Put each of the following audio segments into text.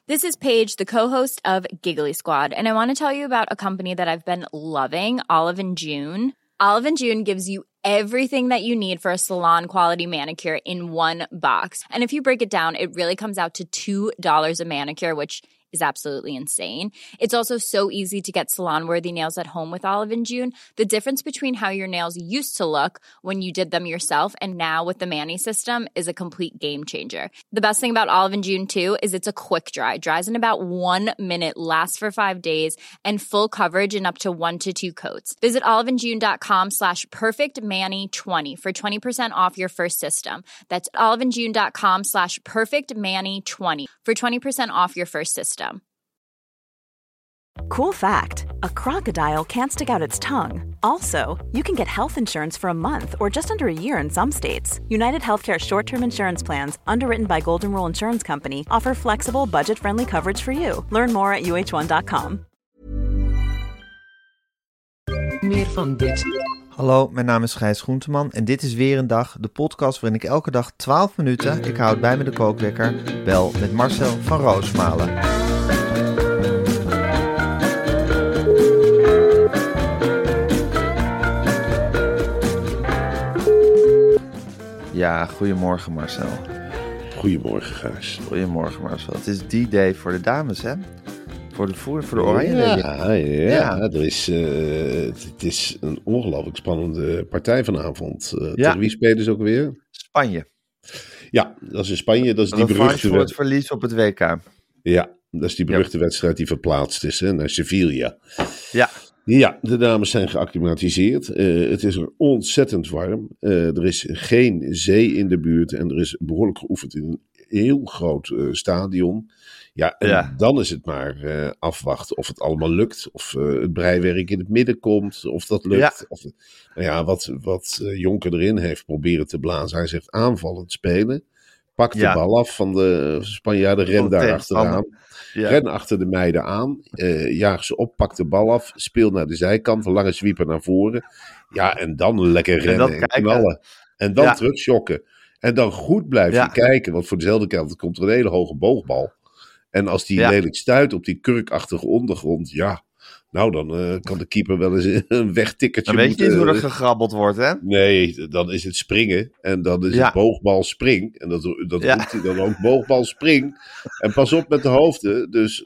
This is Paige, the co-host of Giggly Squad, and I want to tell you about a company that I've been loving, Olive and June. Olive and June gives you everything that you need for a salon-quality manicure in one box. And if you break it down, it really comes out to $2 a manicure, which is absolutely insane. It's also so easy to get salon-worthy nails at home with Olive and June. The difference between how your nails used to look when you did them yourself and now with the Mani system is a complete game changer. The best thing about Olive and June, too, is it's a quick dry. Dries in about 1 minute, lasts for 5 days, and full coverage in up to 1 to 2 coats. Visit oliveandjune.com/perfectmani20 for 20% off your first system. That's oliveandjune.com/perfectmani20 for 20% off your first system. Cool fact, a crocodile can't stick out its tongue. Also, you can get health insurance for a month or just under a year in some states. United Healthcare short-term insurance plans, underwritten by Golden Rule Insurance Company, offer flexible, budget-friendly coverage for you. Learn more at uh1.com. Meer van dit. Hallo, mijn naam is Gijs Groenteman en dit is weer een dag, de podcast waarin ik elke dag 12 minuten, ik houd bij me de kookwekker, bel met Marcel van Roosmalen. Ja, goedemorgen Marcel. Goedemorgen Gijs. Goedemorgen Marcel. Het is die day voor de dames, hè? Voor de Oranje. Ja. Het is een ongelooflijk spannende partij vanavond. Tegen wie spelen ze ook weer? Spanje. Ja, dat is in Spanje. Dat is die beruchte voor het verlies op het WK. Ja, dat is die beruchte wedstrijd die verplaatst is, hè, naar Sevilla. Ja. Ja, de dames zijn geacclimatiseerd. Het is er ontzettend warm. Er is geen zee in de buurt en er is behoorlijk geoefend in een heel groot stadion. Ja, en dan is het maar afwachten of het allemaal lukt. Of het breiwerk in het midden komt, of dat lukt. Ja. Of, wat Jonker erin heeft proberen te blazen. Hij zegt aanvallend spelen. Pak de bal af van de Spanjaarden, ren daar achteraan. Ja. Ren achter de meiden aan, jaag ze op, pak de bal af, speel naar de zijkant, een lange sweeper naar voren. Ja, en dan lekker rennen en knallen. En dan terug shocken. En dan goed blijven kijken, want voor dezelfde kant komt er een hele hoge boogbal. En als die lelijk stuit op die kurkachtige ondergrond, nou dan kan de keeper wel eens een wegtikkertje dan weet je niet hoe er gegrabbeld wordt, hè? Nee, dan is het springen. En dan is het boogbal spring. En dat roept hij dan ook, boogbal spring. En pas op met de hoofden. Dus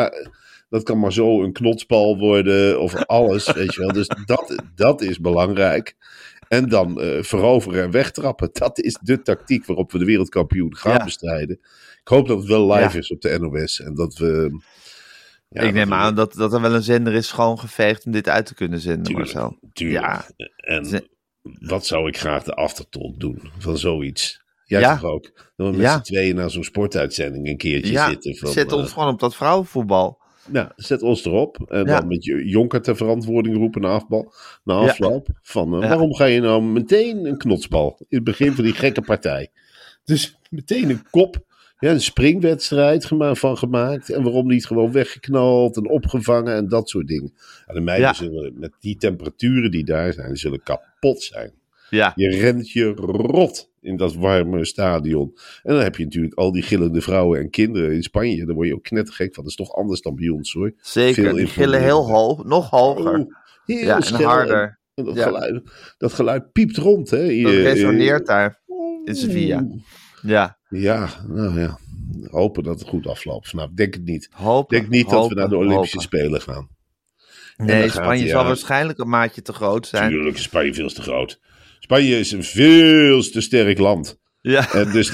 dat kan maar zo een knotsbal worden of alles, weet je wel. Dus dat is belangrijk. En dan veroveren en wegtrappen. Dat is de tactiek waarop we de wereldkampioen gaan bestrijden. Ik hoop dat het wel live is op de NOS. En dat we... Ja, ik neem aan dat er wel een zender is schoongeveegd om dit uit te kunnen zenden, Marcel. Tuurlijk. Ja. En wat zou ik graag de aftertalk doen van zoiets? Jij toch ook? Dan met z'n tweeën naar zo'n sportuitzending een keertje zitten. Zet ons gewoon op dat vrouwenvoetbal. Ja, zet ons erop. En dan met Jonker ter verantwoording roepen na afloop. Van waarom ga je nou meteen een knotsbal in het begin van die gekke partij? Dus meteen een kop. Ja, een springwedstrijd van gemaakt. En waarom niet gewoon weggeknald en opgevangen en dat soort dingen. En de meiden zullen met die temperaturen die daar zijn, zullen kapot zijn. Ja. Je rent je rot in dat warme stadion. En dan heb je natuurlijk al die gillende vrouwen en kinderen in Spanje. Daar word je ook knettergek van. Dat is toch anders dan bij ons, hoor. Zeker, die gillen heel hoog, nog hoger. Heel en harder. En dat geluid piept rond, hè. Dat resoneert daar in Sevilla. Ja, hopen dat het goed afloopt. Nou, ik denk het niet. Ik denk niet dat we naar de Olympische Spelen gaan. Nee, Spanje zal waarschijnlijk een maatje te groot zijn. Tuurlijk is Spanje veel te groot. Spanje is een veel te sterk land. Ja. En dus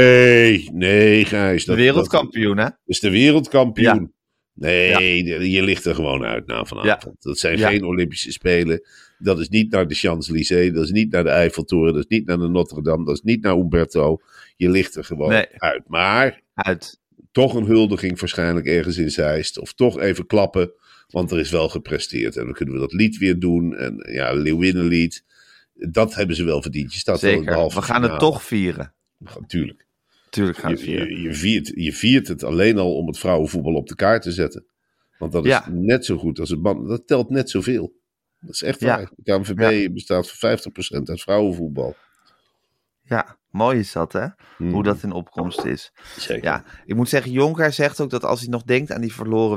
nee, Gijs. De wereldkampioen, hè? Dus de wereldkampioen. Ja. Nee, je ligt er gewoon uit vanavond. Ja. Dat zijn geen Olympische Spelen. Dat is niet naar de Champs-Élysées. Dat is niet naar de Eiffeltoren. Dat is niet naar de Notre Dame. Dat is niet naar Umberto. Je ligt er gewoon uit. Maar toch een huldiging waarschijnlijk ergens in Zeist. Of toch even klappen. Want er is wel gepresteerd. En dan kunnen we dat lied weer doen. En Leeuwinnenlied. Dat hebben ze wel verdiend. Je staat zeker. Wel in de we gaan het toch vieren. Tuurlijk. Tuurlijk gaan we vieren. Je viert het alleen al om het vrouwenvoetbal op de kaart te zetten. Want dat is net zo goed als het man. Dat telt net zoveel. Dat is echt waar. De KNVB bestaat voor 50% uit vrouwenvoetbal. Ja. Mooi is dat, hè? Hoe dat in opkomst is. Zeker. Ja, ik moet zeggen, Jonker zegt ook dat als hij nog denkt aan die verloren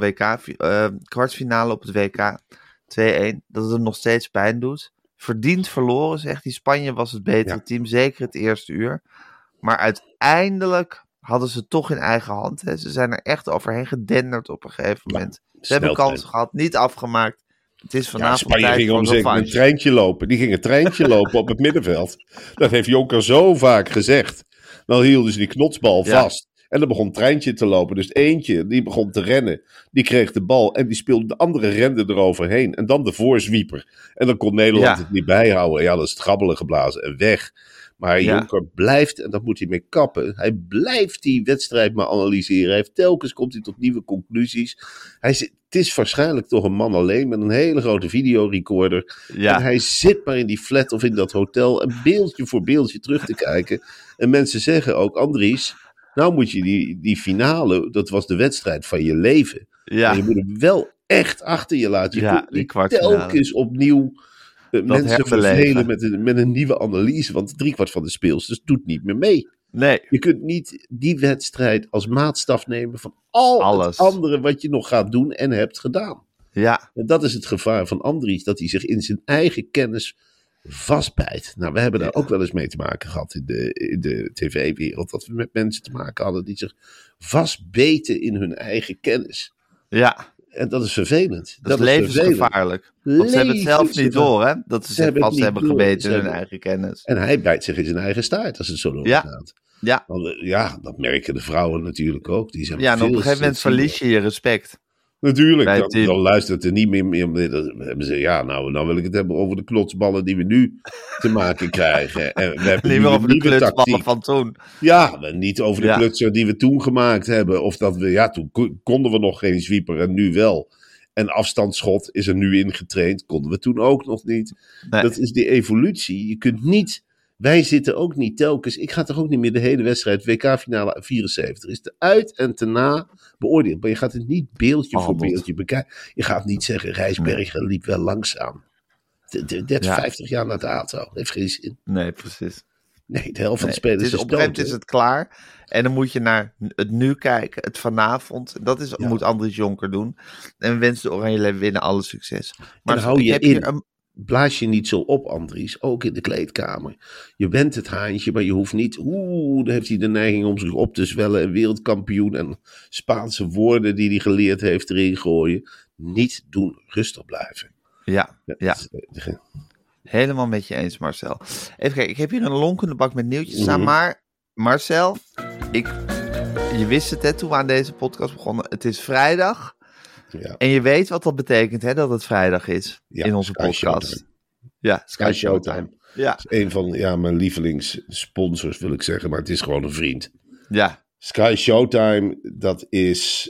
kwartfinale op het WK 2-1, dat het hem nog steeds pijn doet. Verdiend verloren, zegt hij. Spanje was het betere team, zeker het eerste uur. Maar uiteindelijk hadden ze het toch in eigen hand. Hè. Ze zijn er echt overheen gedenderd op een gegeven moment. Ze hebben kansen gehad, niet afgemaakt. Het is vanavond Spanje tijd ging voor om zeker revanche. een treintje lopen. Die ging een treintje lopen op het middenveld. Dat heeft Jonker zo vaak gezegd. Dan hielden ze die knotsbal vast. En dan begon het treintje te lopen. Dus eentje, die begon te rennen. Die kreeg de bal en die speelde, de andere rende eroverheen. En dan de voorzwieper. En dan kon Nederland het niet bijhouden. Ja, dat is het grabbelen geblazen en weg. Maar Jonker blijft, en dat moet hij mee kappen. Hij blijft die wedstrijd maar analyseren. Telkens komt hij tot nieuwe conclusies. Het is waarschijnlijk toch een man alleen met een hele grote videorecorder. Ja. En hij zit maar in die flat of in dat hotel en beeldje voor beeldje terug te kijken. En mensen zeggen ook, Andries, nou moet je die finale, dat was de wedstrijd van je leven. Ja. En je moet hem wel echt achter je laten. Je kunt niet telkens opnieuw mensen vervelen met een nieuwe analyse. Want 3/4 van de speelsters doet niet meer mee. Nee. Je kunt niet die wedstrijd als maatstaf nemen van alles het andere wat je nog gaat doen en hebt gedaan. Ja. En dat is het gevaar van Andries, dat hij zich in zijn eigen kennis vastbijt. Nou, we hebben daar ook wel eens mee te maken gehad in de tv-wereld, dat we met mensen te maken hadden die zich vastbeten in hun eigen kennis. Ja. En dat is vervelend. Dat is levensgevaarlijk. Want ze hebben het zelf niet door, hè? Dat ze zich vast hebben gebeten in hun eigen kennis. En hij bijt zich in zijn eigen staart als het zo doorgaat. Ja. Want, dat merken de vrouwen natuurlijk ook. Die zijn en op een gegeven moment verlies je respect. Natuurlijk, dan luistert er niet meer. Dan hebben ze, nou wil ik het hebben over de klotsballen die we nu te maken krijgen. En we hebben niet meer over de klutsballen van toen. Ja, niet over de klutser die we toen gemaakt hebben. Of dat we, toen konden we nog geen zwieper en nu wel. En afstandsschot is er nu ingetraind, konden we toen ook nog niet. Nee. Dat is die evolutie. Je kunt niet... Wij zitten ook niet telkens... Ik ga toch ook niet meer de hele wedstrijd WK-finale 74. Is de uit en te na beoordeeld. Maar je gaat het niet beeldje voor beeldje bekijken. Je gaat niet zeggen, Rijsberger liep wel langzaam. 50 jaar na dato. Dat heeft geen zin. Nee, precies. Nee, de helft van de spelers is op een gegeven moment is het klaar. En dan moet je naar het nu kijken. Het vanavond. Dat moet Andries Jonker doen. En we wensen de Oranje Leeuwen winnen alle succes. Maar dan hou je in... Blaas je niet zo op, Andries. Ook in de kleedkamer. Je bent het haantje, maar je hoeft niet... dan heeft hij de neiging om zich op te zwellen. En wereldkampioen en Spaanse woorden die hij geleerd heeft erin gooien. Niet doen, rustig blijven. Ja. Helemaal met je eens, Marcel. Even kijken, ik heb hier een lonkende bak met nieuwtjes staan. Maar, Marcel, je wist het, hè, toen we aan deze podcast begonnen. Het is vrijdag. Ja. En je weet wat dat betekent, hè, dat het vrijdag is in onze podcast. Showtime. Ja, Sky Showtime. Ja. Dat is een van mijn lievelingssponsors, wil ik zeggen, maar het is gewoon een vriend. Ja. Sky Showtime, dat is...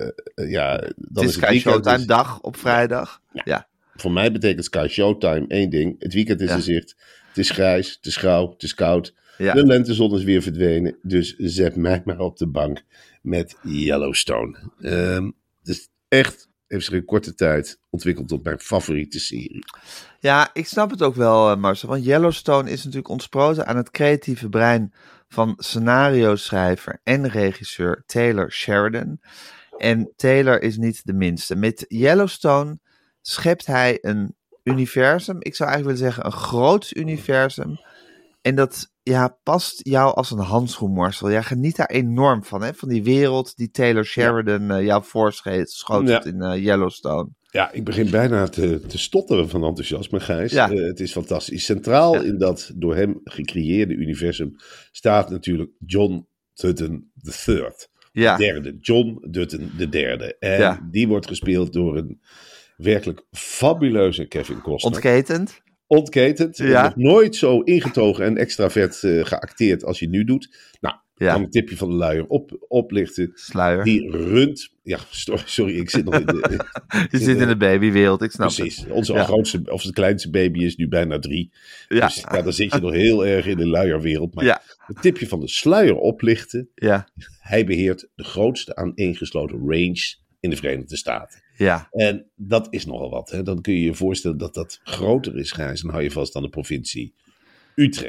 het is Sky Showtime dag op vrijdag. Ja. Voor mij betekent Sky Showtime één ding. Het weekend is in zicht. Het is grijs, het is grauw, het is koud. Ja. De lentezon is weer verdwenen. Dus zet mij maar op de bank met Yellowstone. Dus echt heeft zich in korte tijd ontwikkeld tot mijn favoriete serie. Ja, ik snap het ook wel, Marcel. Want Yellowstone is natuurlijk ontsproten aan het creatieve brein van scenario-schrijver en regisseur Taylor Sheridan. En Taylor is niet de minste. Met Yellowstone schept hij een universum. Ik zou eigenlijk willen zeggen een groot universum. En dat past jou als een handschoen, Marcel. Jij geniet daar enorm van, hè? Van die wereld die Taylor Sheridan jou voorschotelt in Yellowstone. Ja, ik begin bijna te stotteren van enthousiasme, Gijs. Ja. Het is fantastisch. Centraal in dat door hem gecreëerde universum staat natuurlijk John Dutton III. Ja. De derde. John Dutton de derde. En die wordt gespeeld door een werkelijk fabuleuze Kevin Costner. Ontketend. Nog nooit zo ingetogen en extravert geacteerd als je nu doet. Nou, kan een tipje van de luier oplichten. Sluier. Die runt... Ja, sorry, ik zit nog in de... Je zit in de babywereld, ik snap precies. het. Onze grootste, of de kleinste baby is nu bijna 3. Ja. Dus dan zit je nog heel erg in de luierwereld. Maar het tipje van de sluier oplichten. Ja. Hij beheert de grootste aaneengesloten range in de Verenigde Staten. Ja. En dat is nogal wat. Hè? Dan kun je je voorstellen dat dat groter is, Gijs. Dan hou je vast aan de provincie Utrecht.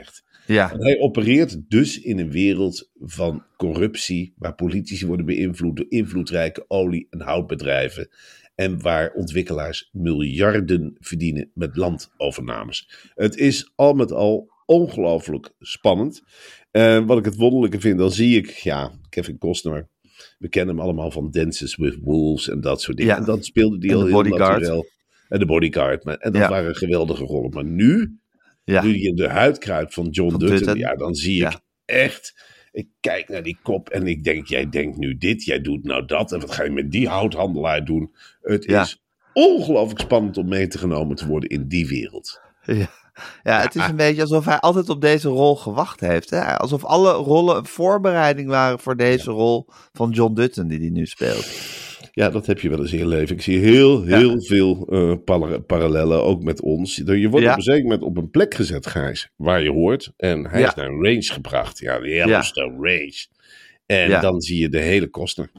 Ja. En hij opereert dus in een wereld van corruptie, waar politici worden beïnvloed door invloedrijke olie- en houtbedrijven. En waar ontwikkelaars miljarden verdienen met landovernames. Het is al met al ongelooflijk spannend. Wat ik het wonderlijke vind, dan zie ik, Kevin Costner. We kennen hem allemaal van Dances with Wolves en dat soort dingen. Ja. En dat speelde die al heel natuurlijk. En de Bodyguard. En dat waren geweldige rollen. Maar nu je in de huid kruipt van John Dutton. Dan zie ik echt... Ik kijk naar die kop en ik denk, jij denkt nu dit, jij doet nou dat. En wat ga je met die houthandelaar doen? Het is ongelooflijk spannend om mee te genomen te worden in die wereld. Ja, het is een beetje alsof hij altijd op deze rol gewacht heeft. Hè? Alsof alle rollen een voorbereiding waren voor deze rol van John Dutton die hij nu speelt. Ja, dat heb je wel eens in je leven. Ik zie heel veel parallellen, ook met ons. Je wordt op een zeker moment op een plek gezet, Gijs, waar je hoort. En hij is naar een range gebracht. Ja, de Yellowstone Range. En dan zie je de hele Costner.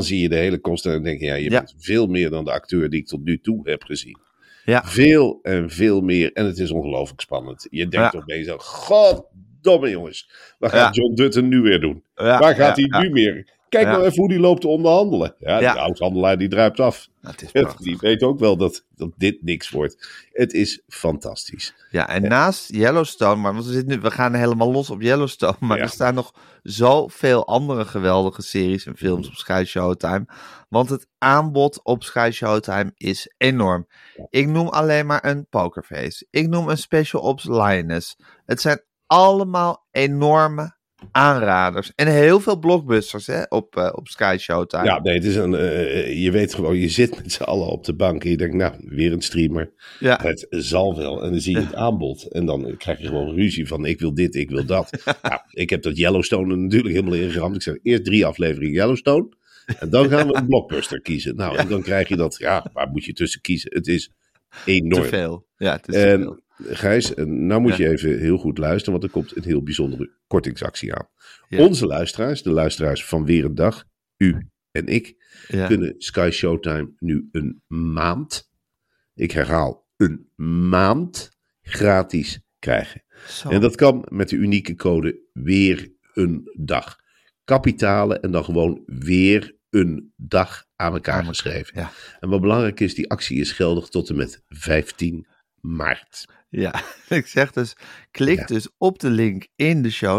En dan denk je, je bent veel meer dan de acteur die ik tot nu toe heb gezien. Ja. Veel en veel meer. En het is ongelooflijk spannend. Je denkt opeens, goddomme jongens. Wat gaat John Dutton nu weer doen? Waar gaat hij nu meer? Kijk nou even hoe die loopt te onderhandelen. Die oud-handelaar die druipt af. Die weet ook wel dat dit niks wordt. Het is fantastisch. Ja, en naast Yellowstone, maar we gaan helemaal los op Yellowstone, maar er staan nog zoveel andere geweldige series en films op Sky Showtime. Want het aanbod op Sky Showtime is enorm. Ik noem alleen maar een Pokerface. Ik noem een Special Ops Lioness. Het zijn allemaal enorme aanraders. En heel veel blockbusters op Sky Showtime. Ja, nee, het is je weet gewoon, je zit met z'n allen op de bank en je denkt, weer een streamer. Ja. Het zal wel. En dan zie je het aanbod. En dan krijg je gewoon ruzie van, ik wil dit, ik wil dat. Ik heb dat Yellowstone er natuurlijk helemaal ingeramd. Ik zeg, eerst 3 afleveringen Yellowstone. En dan gaan we een blockbuster kiezen. Nou, en dan krijg je dat, waar moet je tussen kiezen? Het is enorm. Te veel. Ja, het is te veel. Gijs, nou moet je even heel goed luisteren, want er komt een heel bijzondere kortingsactie aan. Ja. Onze luisteraars, de luisteraars van Weer een Dag, u en ik, kunnen Sky Showtime nu een maand, ik herhaal, een maand gratis krijgen. Zo. En dat kan met de unieke code Weer een Dag. Kapitalen en dan gewoon Weer een Dag aan elkaar geschreven. Ja. En wat belangrijk is, die actie is geldig tot en met 15 maart. Ja, ik zeg dus, klik dus op de link in de show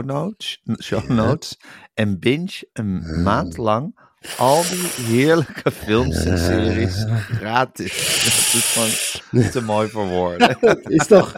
notes en binge een maand lang al die heerlijke films en series gratis. Dat is gewoon te mooi voor woorden. Dat is toch...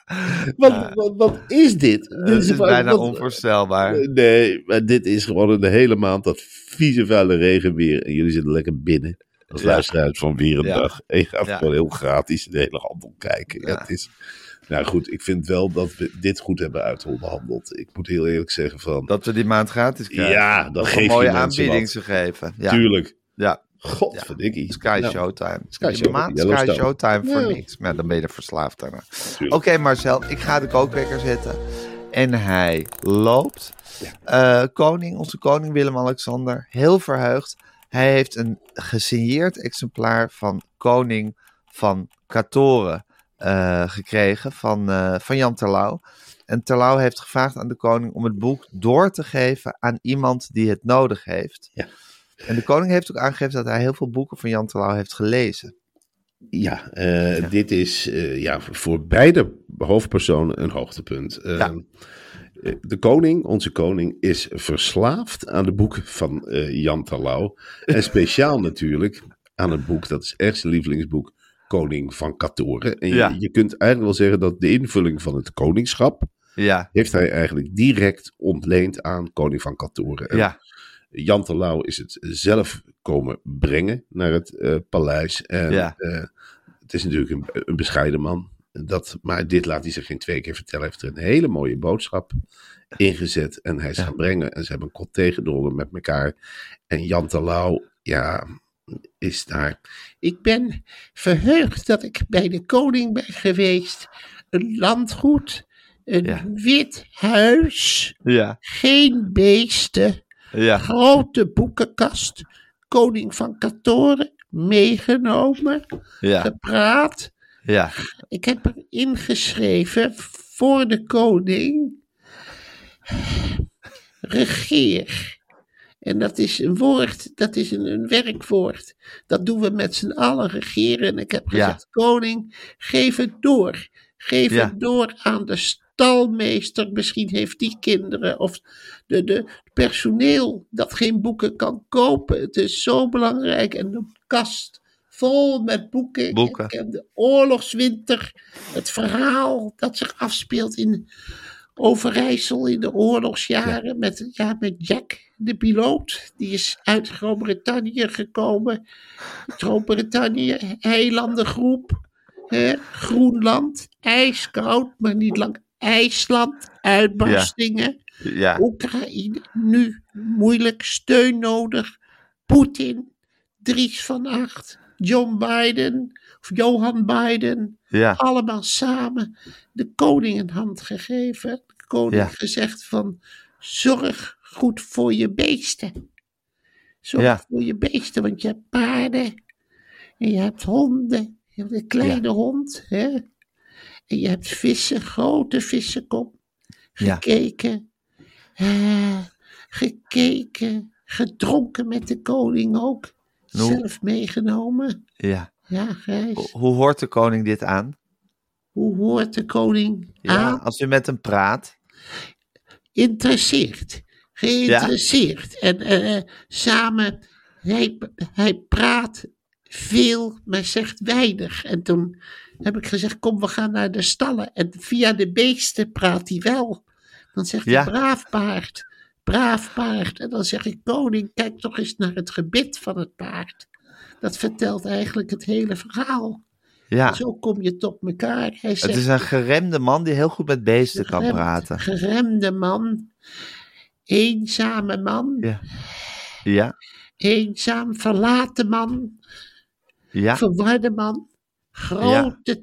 Wat is dit? Dit is bijna onvoorstelbaar. Nee, maar dit is gewoon de hele maand dat vieze vuile regenweer en jullie zitten lekker binnen. Als luisteraars van Weer een Dag. En je gaat gewoon heel gratis de hele handel kijken. Ja. Het is... Nou goed, ik vind wel dat we dit goed hebben uitonderhandeld. Ik moet heel eerlijk zeggen van... Dat we die maand gratis krijgen. Ja, dat geeft een mooie aanbieding te geven. Ja. Tuurlijk. Ja. Godverdikkie. Sky Showtime. Sky Showtime voor niks. Maar dan ben je er verslaafd daarna. Oké, Marcel, ik ga de kookwekker zetten. En hij loopt. Ja. Onze koning Willem-Alexander, heel verheugd. Hij heeft een gesigneerd exemplaar van Koning van Katoren gekregen van Jan Terlouw. En Terlouw heeft gevraagd aan de koning om het boek door te geven aan iemand die het nodig heeft. Ja. En de koning heeft ook aangegeven dat hij heel veel boeken van Jan Terlouw heeft gelezen. Ja, dit is voor beide hoofdpersonen een hoogtepunt. De koning, onze koning, is verslaafd aan de boeken van Jan Terlouw. En speciaal natuurlijk aan het boek, dat is echt zijn lievelingsboek, Koning van Katoren. En je kunt eigenlijk wel zeggen dat de invulling van het koningschap heeft hij eigenlijk direct ontleend aan Koning van Katoren. En Jan Terlouw is het zelf komen brengen naar het paleis. En het is natuurlijk een bescheiden man. Maar dit laat hij zich geen 2 keer vertellen. Hij heeft er een hele mooie boodschap ingezet. En hij is gaan brengen. En ze hebben een kop tegendrongen met elkaar. En Jan Terlouw, is daar. Ik ben verheugd dat ik bij de koning ben geweest. Een landgoed. Een wit huis. Geen beesten. Grote boekenkast. Koning van Katoren. Meegenomen. Gepraat. Ik heb er ingeschreven voor de koning Regeer. En dat is een woord, dat is een werkwoord. Dat doen we met z'n allen, regeren. En ik heb gezegd, koning, geef het door. Geef het door aan de stalmeester. Misschien heeft die kinderen. Of de personeel dat geen boeken kan kopen. Het is zo belangrijk. En de kast vol met boeken. Ik heb de oorlogswinter. Het verhaal dat zich afspeelt in Overijssel in de oorlogsjaren. Met Jack, de piloot. Die is uit Groot-Brittannië gekomen. Groot-Brittannië, eilandengroep. Groenland, ijskoud, maar niet lang. IJsland, uitbarstingen. Ja. Oekraïne, nu moeilijk, steun nodig. Poetin, Dries van Acht, Johan Biden. Ja. Allemaal samen de koning een hand gegeven. De koning gezegd van, zorg goed voor je beesten. Zorg voor je beesten, want je hebt paarden. En je hebt honden. Je hebt een kleine hond. Hè? En je hebt vissen, grote vissenkop. Gekeken. Gedronken met de koning ook. Zelf meegenomen. Ja. Ja, Gijs. Hoe hoort de koning dit aan? Hoe hoort de koning aan? Als u met hem praat. Geïnteresseerd. En samen, hij praat veel, maar zegt weinig. En toen heb ik gezegd, kom, we gaan naar de stallen. En via de beesten praat hij wel. Dan zegt hij, braaf paard. En dan zeg ik, koning, kijk toch eens naar het gebit van het paard. Dat vertelt eigenlijk het hele verhaal. Ja. En zo kom je tot elkaar. Hij zegt, het is een geremde man die heel goed met beesten kan praten. Geremde man. Eenzame man. Ja. Eenzaam, verlaten man. Ja. Verwarde man. Grote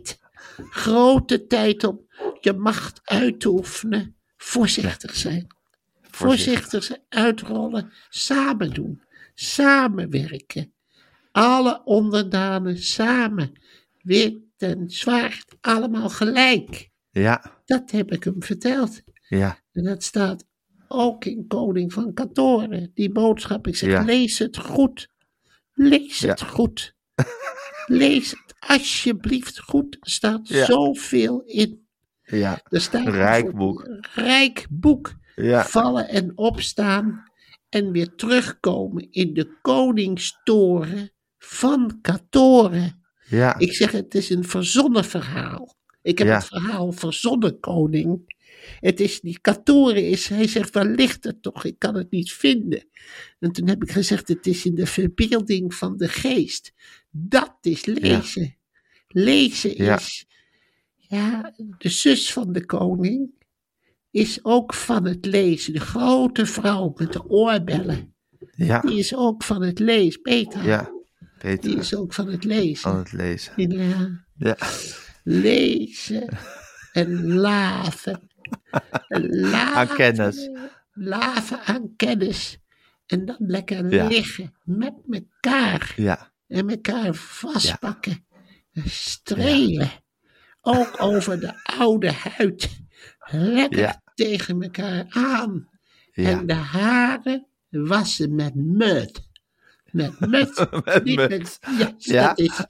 tijd om je macht uit te oefenen. Voorzichtig zijn. Voorzichtig zijn, uitrollen. Samen doen. Samenwerken. Alle onderdanen samen. Wit en zwart. Allemaal gelijk. Ja. Dat heb ik hem verteld. Ja. En dat staat ook in Koning van Katoren. Die boodschap. Ik zeg, lees het goed. Lees het goed. Lees het alsjeblieft goed. Er staat zoveel in. Ja, er staat rijk boek. Vallen en opstaan. En weer terugkomen in de koningstoren van Katoren. Ja. Ik zeg, het is een verzonnen verhaal. Ik heb het verhaal verzonnen, koning. Het is niet, Katoren is, hij zegt, waar ligt het toch? Ik kan het niet vinden. En toen heb ik gezegd, het is in de verbeelding van de geest. Dat is lezen. Ja. Lezen is, de zus van de koning is ook van het lezen. De grote vrouw met de oorbellen. Ja. Die is ook van het lezen. Peter. Ja, Peter. Die is ook van het lezen. Van het lezen. Ja. Lezen en laven. Aan kennis. Laven aan kennis. En dan lekker liggen met elkaar. Ja. En elkaar vastpakken. En strelen. Ook over de oude huid. Lekker tegen elkaar aan. En de haren wassen met mud. Met mud. Dat is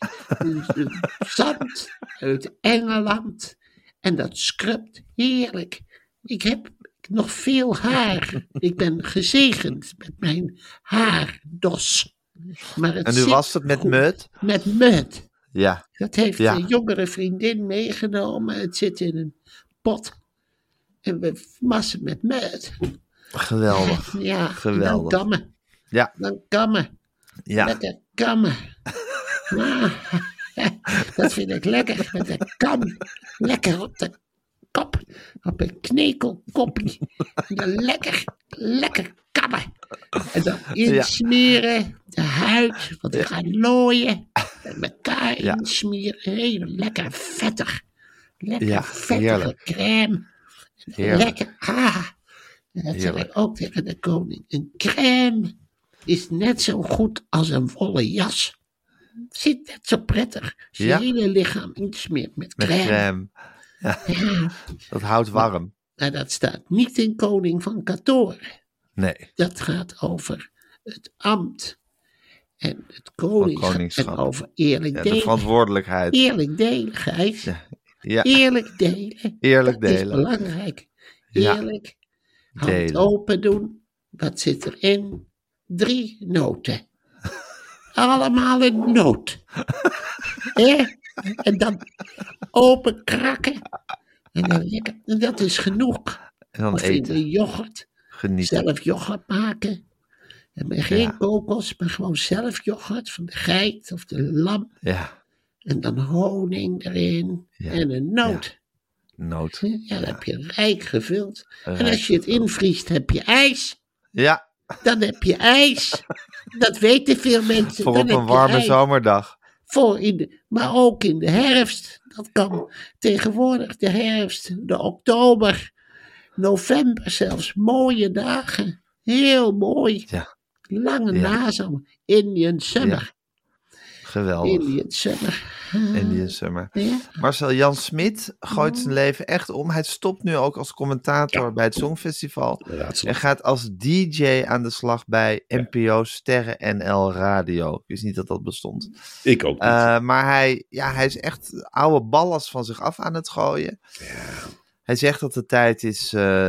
zand uit Engeland. En dat scrubt heerlijk. Ik heb nog veel haar. Ik ben gezegend met mijn haardos. Maar het en u was het met goed. mud? Met mud. Ja. Dat heeft een jongere vriendin meegenomen. Het zit in een pot. En we wassen met mud. Geweldig. Ja, geweldig. Dan kammen. Ja. Dan kammen. Ja. Lekker kammen. Dat vind ik lekker. Met een kam. Lekker op de kop. Op een knekelkopje. En dan lekker kammen. En dan insmeren. De huid. Want die gaat looien. Met elkaar insmeren. Heel lekker vettig. Lekker vettige crème. Lekker. Dat zeg ik ook tegen de koning. Een crème is net zo goed als een wollen jas. Zit net zo prettig. Als je hele lichaam insmeert met crème. Ja. Dat houdt warm. Maar dat staat niet in Koning van Katoren. Nee. Dat gaat over het ambt en het koningschap en over eerlijk Ja, delen. de verantwoordelijkheid. Eerlijk delen, Gijs. Ja. Eerlijk delen. Eerlijk dat delen. is belangrijk. Ja. Eerlijk. Hand Delen. open doen. Wat zit erin? 3 noten. Allemaal een noot. En dan open krakken. En dan lekker. En dat is genoeg. En dan Of in eten. de yoghurt. Genieten. Zelf yoghurt maken. En maar geen kokos, maar gewoon zelf yoghurt van de geit of de lam. Ja. En dan honing erin. Ja. En een noot. Noot. Ja, dan heb je rijk gevuld. En Rijk als je het invriest, heb je ijs. Ja. Dan heb je ijs. Dat weten veel mensen. Voor Dan op heb een je warme ijs. zomerdag. Maar ook in de herfst. Dat kan tegenwoordig de herfst, de oktober, november zelfs. Mooie dagen. Heel mooi. Ja. Lange Ja. nazomer. Indian summer. Geweldig. Indian summer. Indian Summer. Ja. Marcel Jan Smit gooit zijn leven echt om. Hij stopt nu ook als commentator bij het Songfestival. En gaat als DJ aan de slag bij NPO Sterren NL Radio. Ik wist niet dat dat bestond. Ik ook niet. Maar hij is echt oude ballast van zich af aan het gooien. Ja. Hij zegt dat het tijd is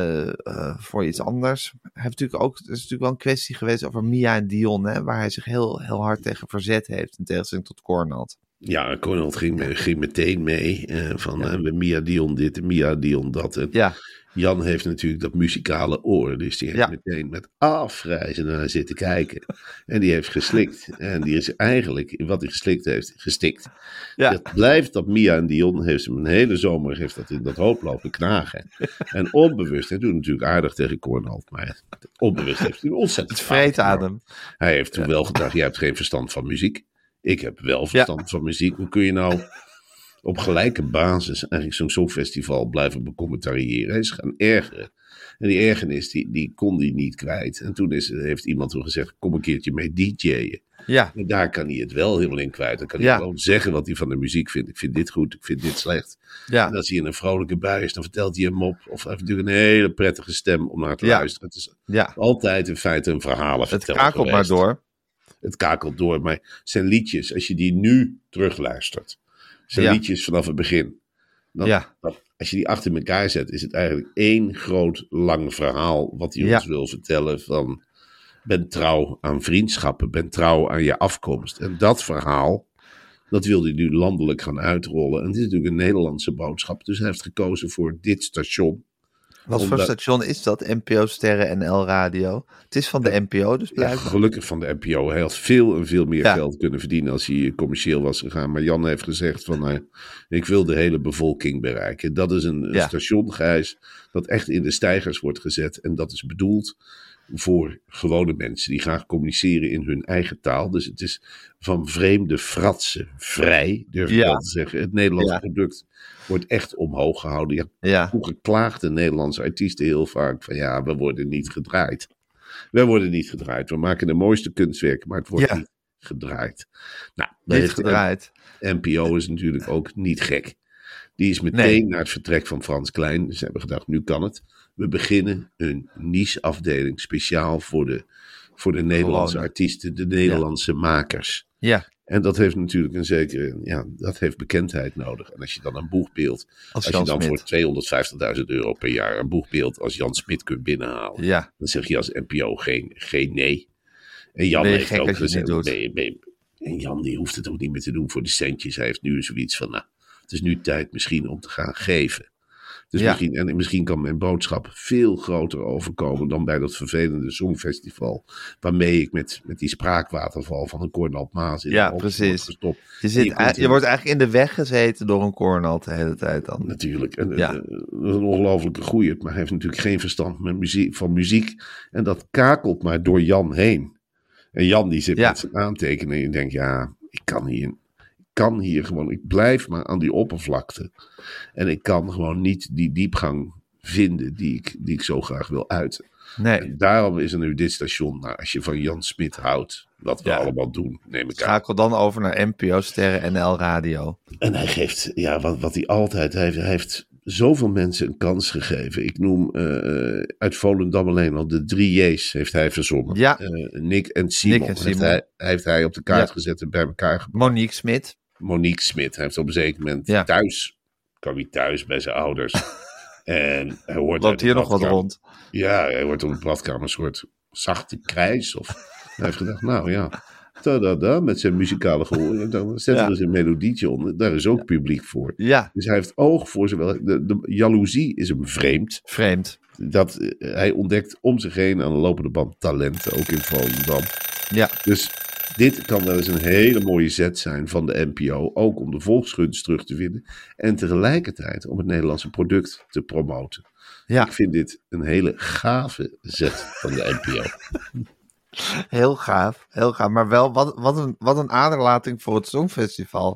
voor iets anders. Hij heeft natuurlijk ook, er is natuurlijk wel een kwestie geweest over Mia en Dion, hè, waar hij zich heel, heel hard tegen verzet heeft, in tegenstelling tot Cornald. Ja, Cornald ging meteen mee. Mia Dion dit en Mia Dion dat. En Ja. Jan heeft natuurlijk dat muzikale oor. Dus die heeft meteen met afreizen naar zitten kijken. En die heeft geslikt. En die is eigenlijk, wat hij geslikt heeft, gestikt. Ja. Het blijft dat Mia en Dion heeft hem een hele zomer heeft dat in dat hoofd lopen knagen. En onbewust, hij doet natuurlijk aardig tegen Cornald. Maar onbewust heeft hij ontzettend Het vreet aan hem. Hij heeft toen wel gedacht, jij hebt geen verstand van muziek. Ik heb wel verstand van muziek. Hoe kun je nou op gelijke basis eigenlijk zo'n songfestival blijven becommentariëren? Hij is gaan ergeren. En die ergernis, die kon hij niet kwijt. En toen heeft iemand toen gezegd, kom een keertje mee DJ'en. Ja. En daar kan hij het wel helemaal in kwijt. Dan kan hij gewoon zeggen wat hij van de muziek vindt. Ik vind dit goed, ik vind dit slecht. Ja. En als hij in een vrolijke bui is, dan vertelt hij hem op. Of hij heeft natuurlijk een hele prettige stem om naar te luisteren. Het is altijd in feite een verhaal. Het kakelt maar door. Het kakelt door, maar zijn liedjes, als je die nu terugluistert, zijn liedjes vanaf het begin, als je die achter elkaar zet, is het eigenlijk één groot lang verhaal wat hij ons wil vertellen van ben trouw aan vriendschappen, ben trouw aan je afkomst. En dat verhaal, dat wil hij nu landelijk gaan uitrollen. En het is natuurlijk een Nederlandse boodschap, dus hij heeft gekozen voor dit station. Wat voor station is dat? NPO Sterren NL Radio. Het is van de NPO, dus blijkbaar. Gelukkig van de NPO. Hij had veel en veel meer geld kunnen verdienen als hij commercieel was gegaan. Maar Jan heeft gezegd van, ik wil de hele bevolking bereiken. Dat is een station, Gijs, dat echt in de steigers wordt gezet. En dat is bedoeld voor gewone mensen die graag communiceren in hun eigen taal. Dus het is van vreemde fratsen vrij, durf ik wel te zeggen. Het Nederlandse product wordt echt omhoog gehouden. Vroeger klaagden Nederlandse artiesten heel vaak van we worden niet gedraaid. We worden niet gedraaid. We maken de mooiste kunstwerken, maar het wordt niet gedraaid. Nou, niet gedraaid. NPO is natuurlijk ook niet gek. Die is meteen na het vertrek van Frans Klein. Ze hebben gedacht, nu kan het. We beginnen een niche-afdeling speciaal voor de Nederlandse artiesten, de Nederlandse makers. Ja. En dat heeft natuurlijk een zekere, dat heeft bekendheid nodig. En als je dan een boegbeeld, als je dan voor €250.000 per jaar een boegbeeld als Jan Smit kunt binnenhalen, dan zeg je als NPO geen nee. En Jan heeft ook gezegd, en Jan die hoeft het ook niet meer te doen voor de centjes. Hij heeft nu zoiets van, het is nu tijd misschien om te gaan geven. Dus misschien kan mijn boodschap veel groter overkomen dan bij dat vervelende Songfestival. Waarmee ik met die spraakwaterval van een Cornald Maas in de hoofd word gestopt. Je wordt eigenlijk in de weg gezeten door een Cornald de hele tijd dan. Natuurlijk. Een ongelofelijke goeie. Maar hij heeft natuurlijk geen verstand van muziek. En dat kakelt maar door Jan heen. En Jan die zit met zijn aantekeningen en je denkt, ik kan hier gewoon, ik blijf maar aan die oppervlakte. En ik kan gewoon niet die diepgang vinden die ik zo graag wil uiten. Nee. En daarom is er nu dit station. Als je van Jan Smit houdt, wat we allemaal doen, neem ik aan. Schakel dan over naar NPO Sterren NL Radio. En hij geeft, wat hij altijd heeft. Hij heeft zoveel mensen een kans gegeven. Ik noem uit Volendam alleen al de 3 J's heeft hij verzonnen. Ja. Nick en Simon. Nick en Simon. Heeft hij op de kaart gezet en bij elkaar gebracht. Monique Smit. Hij heeft op een zeker moment thuis, kwam hij thuis bij zijn ouders. En hij hoort loopt hier nog wat rond. Ja, hij hoort op de badkamer een soort zachte krijs. Of hij heeft gedacht, nou ja, ta-da-da, met zijn muzikale gehoor. En dan zetten we een melodietje onder. Daar is ook publiek voor. Ja. Dus hij heeft oog voor zowel. De jaloezie is hem vreemd. Dat hij ontdekt om zich heen aan de lopende band talenten, ook in Volendam. Ja. Dus dit kan wel eens een hele mooie zet zijn van de NPO. Ook om de volksgunst terug te vinden. En tegelijkertijd om het Nederlandse product te promoten. Ja. Ik vind dit een hele gave zet van de NPO. Heel gaaf. Maar wel, wat een aderlating voor het Songfestival.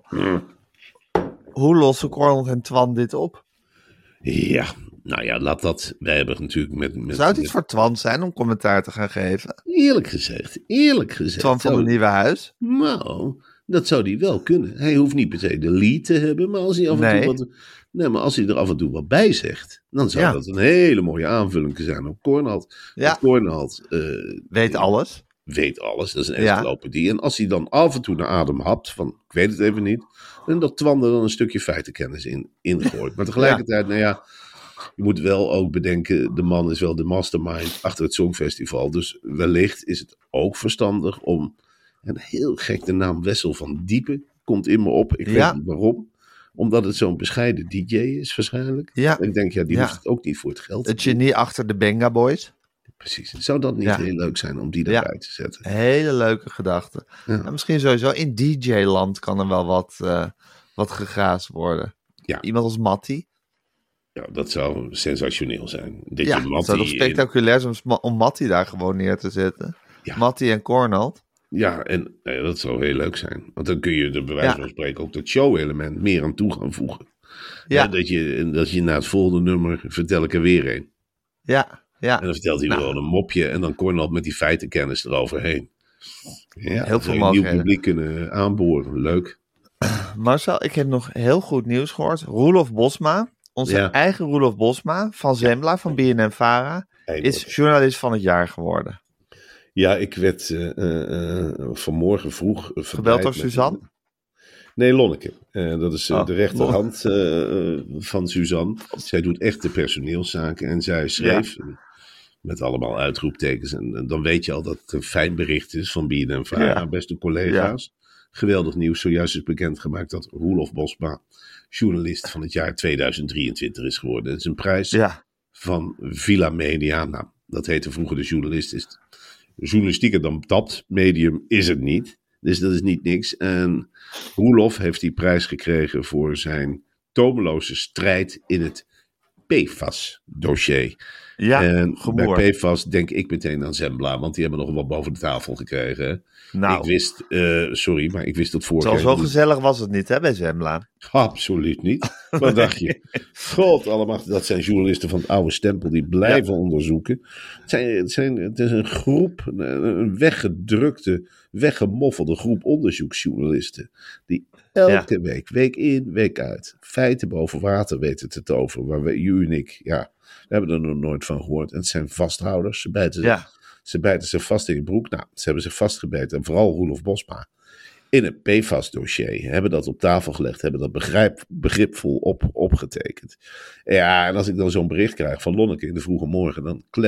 Hoe lossen Cornel en Twan dit op? Ja, nou ja, laat dat. Wij hebben natuurlijk met Zou het iets voor Twan zijn om commentaar te gaan geven? Eerlijk gezegd. Twan van het Nieuwe Huis? Nou, dat zou hij wel kunnen. Hij hoeft niet per se de lead te hebben, maar als hij af en toe maar als hij er af en toe wat bij zegt, dan zou dat een hele mooie aanvulling zijn op Cornald. Ja. Cornald weet alles. Dat is een encyclopedie. En als hij dan af en toe naar adem hapt, van ik weet het even niet, en dat Twan er dan een stukje feitenkennis ingooit. Maar tegelijkertijd, nou ja, je moet wel ook bedenken, de man is wel de mastermind achter het Songfestival. Dus wellicht is het ook verstandig om, en heel gek, de naam Wessel van Diepen komt in me op. Ik weet niet waarom. Omdat het zo'n bescheiden DJ is waarschijnlijk. Ja. En ik denk, die hoeft het ook niet voor het geld. Het genie achter de Benga Boys. Precies. Zou dat niet heel leuk zijn om die erbij te zetten? Hele leuke gedachte. Ja. En misschien sowieso in DJ-land kan er wel wat gegaasd worden. Ja. Iemand als Mattie. Ja, dat zou sensationeel zijn. Het zou toch spectaculair zijn om Mattie daar gewoon neer te zetten. Ja. Mattie en Cornald. Ja, en dat zou heel leuk zijn. Want dan kun je er bij wijze van spreken ook dat show-element meer aan toe gaan voegen. Ja. Dat je na het volgende nummer vertel ik er weer een. Ja. En dan vertelt hij gewoon een mopje en dan Cornald met die feitenkennis eroverheen. Ja, heel veel een nieuw publiek kunnen aanboren. Leuk. Marcel, ik heb nog heel goed nieuws gehoord. Roelof Bosma, onze eigen Roelof Bosma van Zembla, van BNN-Vara, is journalist van het jaar geworden. Ja, ik werd vanmorgen vroeg gebeld door Suzanne? Nee, Lonneke. Dat is de rechterhand van Suzanne. Zij doet echt de personeelszaken. En zij schreef met allemaal uitroeptekens. En dan weet je al dat het een fijn bericht is van BNN-Vara, beste collega's. Ja. Geweldig nieuws. Zojuist is bekendgemaakt dat Roelof Bosma journalist van het jaar 2023 is geworden. Het is een prijs van Villa Media. Nou, dat heette vroeger de journalist. Journalistieker dan dat medium is het niet. Dus dat is niet niks. En Roelof heeft die prijs gekregen voor zijn tomeloze strijd in het PFAS-dossier. Ja, en bij PFAS denk ik meteen aan Zembla, want die hebben nog wat boven de tafel gekregen. Hè? Nou, ik wist, maar ik wist dat vorig jaar. Zo gezellig was het niet, hè, bij Zembla? Absoluut niet. Wat dacht je? God allemaal, dat zijn journalisten van het oude stempel die blijven onderzoeken. Het is een groep, een weggedrukte, weggemoffelde groep onderzoeksjournalisten die elke week in, week uit, feiten boven water weten te toveren, waar u en ik, we hebben er nog nooit van gehoord. En het zijn vasthouders. Ze bijten zich vast in je broek. Nou, ze hebben zich vastgebeten. En vooral Roelof Bosma. In het PFAS-dossier. Hebben dat op tafel gelegd. Hebben dat begripvol opgetekend. Ja, en als ik dan zo'n bericht krijg van Lonneke in de vroege morgen.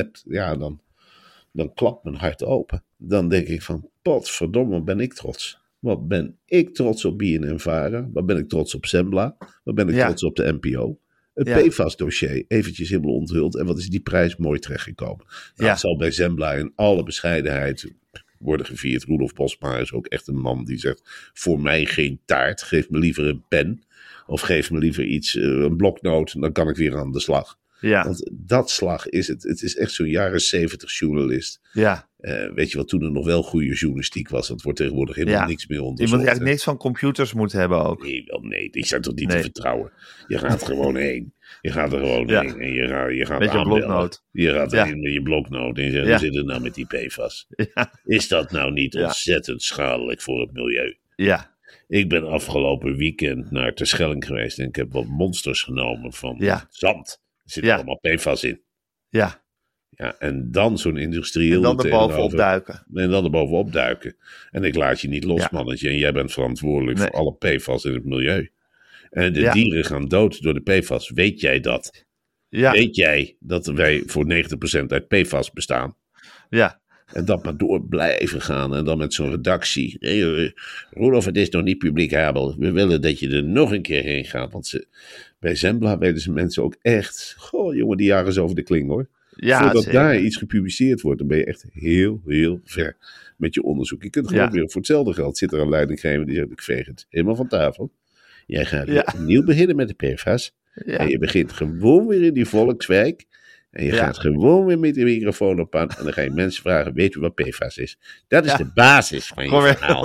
Dan klapt mijn hart open. Dan denk ik van, potverdomme, wat ben ik trots. Wat ben ik trots op BNN-Vara. Wat ben ik trots op Zembla. Wat ben ik trots op de NPO. Het PFAS-dossier, eventjes helemaal onthuld. En wat is die prijs mooi terechtgekomen. Nou, het zal bij Zembla in alle bescheidenheid worden gevierd. Roelof Bosma is ook echt een man die zegt, voor mij geen taart. Geef me liever een pen. Of geef me liever iets, een bloknoot. Dan kan ik weer aan de slag. Ja. Want dat slag is het. Het is echt zo'n jaren 70 journalist. Ja. Weet je wat toen er nog wel goede journalistiek was? Dat wordt tegenwoordig helemaal niks meer onderzocht. Iemand die eigenlijk niks van computers moet hebben ook. Nee, die zijn toch niet te vertrouwen. Je gaat gewoon heen. Je gaat er gewoon heen. En je gaat met je bloknoot. Je gaat erin met je bloknoot. En je zegt, hoe zit het nou met die PFAS? Ja. Is dat nou niet ontzettend schadelijk voor het milieu? Ja. Ik ben afgelopen weekend naar Terschelling geweest en ik heb wat monsters genomen van zand. Er zit allemaal PFAS in. Ja. Ja, en dan zo'n industrieel... En dan erbovenop duiken. En dan erbovenop duiken. En ik laat je niet los, mannetje. En jij bent verantwoordelijk voor alle PFAS in het milieu. En de dieren gaan dood door de PFAS. Weet jij dat? Ja. Weet jij dat wij voor 90% uit PFAS bestaan? Ja. En dat maar door blijven gaan. En dan met zo'n redactie. Roelof, het is nog niet publiekabel. We willen dat je er nog een keer heen gaat. Want bij Zembla weten ze mensen ook echt... Goh, jongen, die jagen ze over de kling, hoor. Ja, voordat zeker. Daar iets gepubliceerd wordt, dan ben je echt heel, heel ver met je onderzoek. Je kunt gewoon weer voor hetzelfde geld. Zit er een leidinggever die zegt, ik veeg het helemaal van tafel. Jij gaat weer opnieuw beginnen met de PFAS. Ja. En je begint gewoon weer in die volkswijk. En je gaat gewoon weer met de microfoon op aan. En dan ga je mensen vragen, weet u wat PFAS is? Dat is de basis van je verhaal.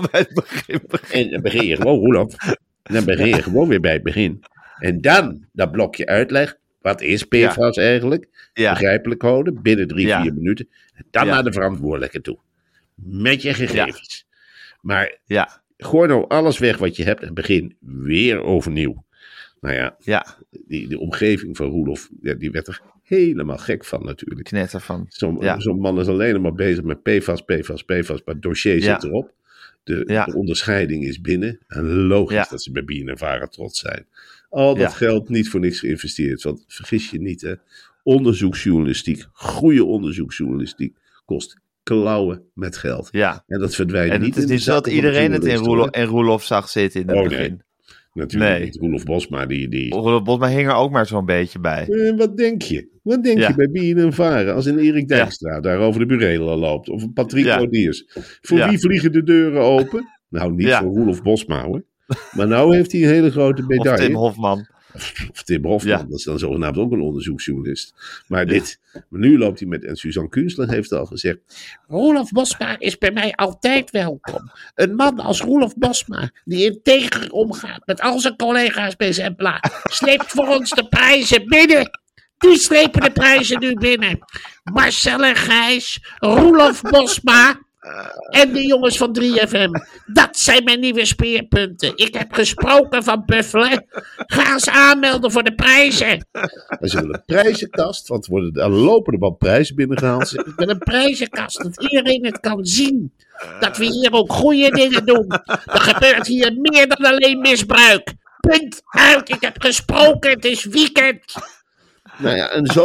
En dan begin je gewoon, Roelof. Dan begin je gewoon weer bij het begin. En dan, dat blokje uitleg. Wat is PFAS eigenlijk? Begrijpelijk houden, binnen 3-4 minuten. En dan naar de verantwoordelijke toe. Met je gegevens. Maar gooi nou alles weg wat je hebt en begin weer overnieuw. Nou die omgeving van Roelof, die werd er helemaal gek van natuurlijk. Knetter van. Zo'n man is alleen maar bezig met PFAS, maar het dossier zit erop. De onderscheiding is binnen. En logisch dat ze bij BNNVARA trots zijn. Al dat geld niet voor niks geïnvesteerd. Want vergis je niet, hè. Onderzoeksjournalistiek, goede onderzoeksjournalistiek, kost klauwen met geld. Ja. En dat verdwijnt niet. En het is niet zo dat iedereen het in Roelof zag zitten in het begin. Nee. Natuurlijk niet. Roelof Bosma, Roelof Bosma hing er ook maar zo'n beetje bij. Wat denk je? Wat denk je bij BNNVARA als een Erik Dijkstra daar over de burelen loopt? Of een Patrick Lodiers? Voor wie vliegen de deuren open? Nou, niet voor Roelof Bosma, hoor. Maar nou heeft hij een hele grote medaille. Of Tim Hofman. Of Tim Hofman, dat is dan zogenaamd ook een onderzoeksjournalist. Maar nu loopt hij met, en Suzanne Kunstler heeft al gezegd, Roelof Bosma is bij mij altijd welkom. Een man als Roelof Bosma, die integer omgaat met al zijn collega's bij Zembla, sleept voor ons de prijzen binnen. Die slepen de prijzen nu binnen. Marcel en Gijs, Roelof Bosma... En de jongens van 3FM. Dat zijn mijn nieuwe speerpunten. Ik heb gesproken van Buffelen. Ga eens aanmelden voor de prijzen. We zullen een prijzenkast. Want er lopen er wat prijzen binnengehaald. Met een prijzenkast. Dat iedereen het kan zien. Dat we hier ook goede dingen doen. Er gebeurt hier meer dan alleen misbruik. Punt uit. Ik heb gesproken. Het is weekend. Nou ja, en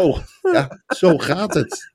zo gaat het.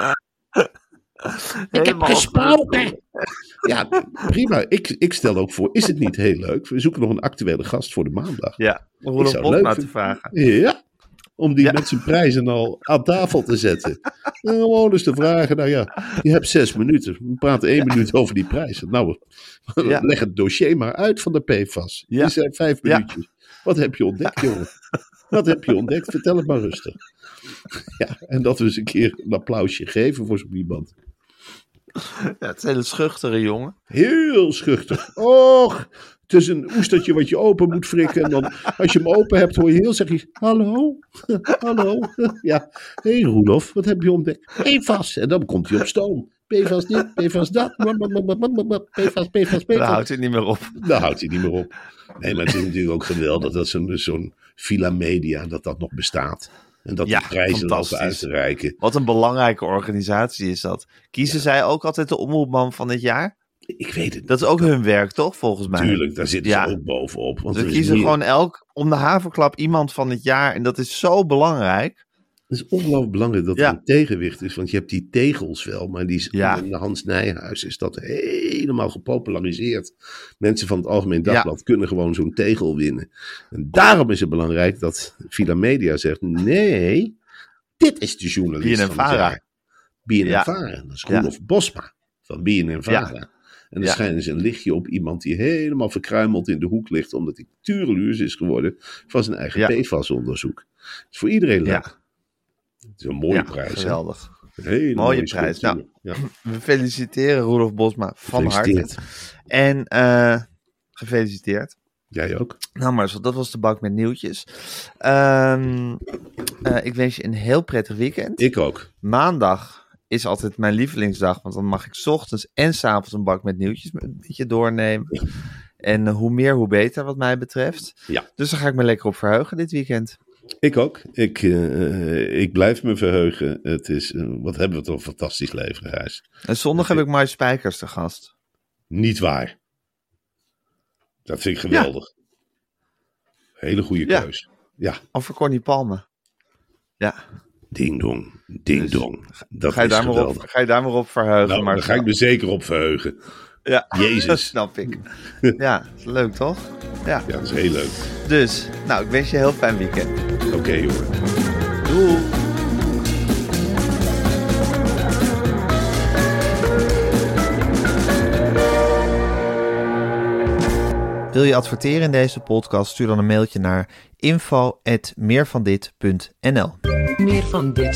Ik heb gesproken. Ja, prima. Ik stel ook voor, is het niet heel leuk? We zoeken nog een actuele gast voor de maandag. Ja, om Roelof Bosma te vragen. Ja, om die met zijn prijzen al aan tafel te zetten. En gewoon eens te vragen, nou ja, je hebt 6 minuten. We praten 1 minuut over die prijzen. Nou, leg het dossier maar uit van de PFAS. Ja. Die zijn 5 minuutjes. Wat heb je ontdekt, jongen? Wat heb je ontdekt? Vertel het maar rustig. Ja, en dat we eens een keer een applausje geven voor zo'n iemand. Ja, het is een hele schuchtere jongen. Heel schuchter. Och, het is een oestertje wat je open moet frikken. En dan, als je hem open hebt, hoor je heel zeg je, hallo, hallo. Ja, hé Roelof, wat heb je ontdekt? PFAS. En dan komt hij op stoom. PFAS dit, PFAS dat. PFAS. Daar houdt hij niet meer op. Daar houdt hij niet meer op. Nee, maar het is natuurlijk ook geweldig dat zo'n Villa Media, dat nog bestaat. En dat die prijzen lopen uit te reiken. Wat een belangrijke organisatie is dat. Kiezen zij ook altijd de omroepman van het jaar? Ik weet het. Dat is ook hun werk, toch? Volgens mij. Tuurlijk, daar zitten ze ook bovenop. Want ze kiezen gewoon om de haverklap iemand van het jaar. En dat is zo belangrijk. Het is ongelooflijk belangrijk dat er een tegenwicht is. Want je hebt die tegels wel. Maar in de Hans Nijhuis is dat helemaal gepopulariseerd. Mensen van het Algemeen Dagblad kunnen gewoon zo'n tegel winnen. En daarom is het belangrijk dat Villa Media zegt, nee, dit is de journalist van het jaar. BNNVARA. Dat is Roelof Bosma van BNNVARA. Ja. En dan schijnen ze een lichtje op iemand die helemaal verkruimeld in de hoek ligt. Omdat hij tureluurs is geworden van zijn eigen PFAS-onderzoek. Het is voor iedereen leuk. Ja. Het is een mooie prijs. Geweldig. Een mooie prijs. Nou, we feliciteren Roelof Bosma van harte. En gefeliciteerd. Jij ook. Nou, maar dat was de bak met nieuwtjes. Ik wens je een heel prettig weekend. Ik ook. Maandag is altijd mijn lievelingsdag, want dan mag ik 's ochtends en 's avonds een bak met nieuwtjes een beetje doornemen. En hoe meer, hoe beter wat mij betreft. Ja. Dus daar ga ik me lekker op verheugen dit weekend. Ik ook. Ik blijf me verheugen. Het is, wat hebben we toch een fantastisch leven, Gijs. En zondag heb ik Mai Spijkers te gast. Niet waar. Dat vind ik geweldig. Ja. Hele goede keus. Ja. Over Connie Palme. Ja. Ding dong. Ding dong. Dat ga je daar maar op verheugen. Nou, daar ga ik me zeker op verheugen. Ja, Jezus. Dat snap ik. Ja, leuk toch? Ja, dat is heel leuk. Dus, nou, ik wens je een heel fijn weekend. Oké, hoor. Doei. Wil je adverteren in deze podcast? Stuur dan een mailtje naar info@meervandit.nl. Meer van dit.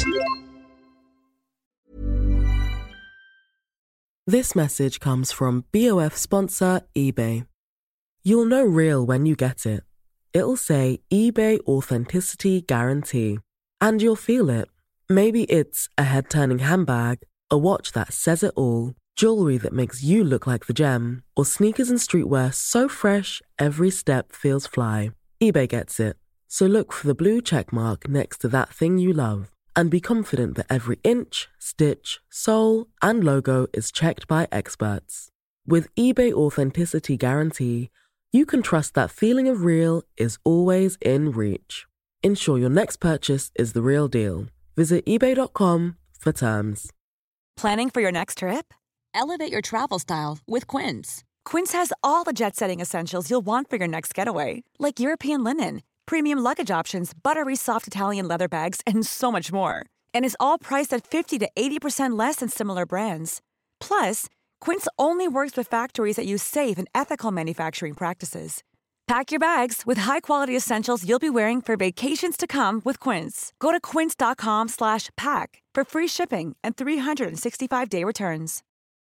This message comes from BOF sponsor eBay. You'll know real when you get it. It'll say eBay Authenticity Guarantee. And you'll feel it. Maybe it's a head-turning handbag, a watch that says it all, jewelry that makes you look like the gem, or sneakers and streetwear so fresh every step feels fly. eBay gets it. So look for the blue checkmark next to that thing you love. And be confident that every inch, stitch, sole, and logo is checked by experts. With eBay Authenticity Guarantee, you can trust that feeling of real is always in reach. Ensure your next purchase is the real deal. Visit eBay.com for terms. Planning for your next trip? Elevate your travel style with Quince. Quince has all the jet-setting essentials you'll want for your next getaway, like European linen, premium luggage options, buttery soft Italian leather bags, and so much more. And is all priced at 50 to 80% less than similar brands. Plus, Quince only works with factories that use safe and ethical manufacturing practices. Pack your bags with high-quality essentials you'll be wearing for vacations to come with Quince. Go to quince.com/pack for free shipping and 365-day returns.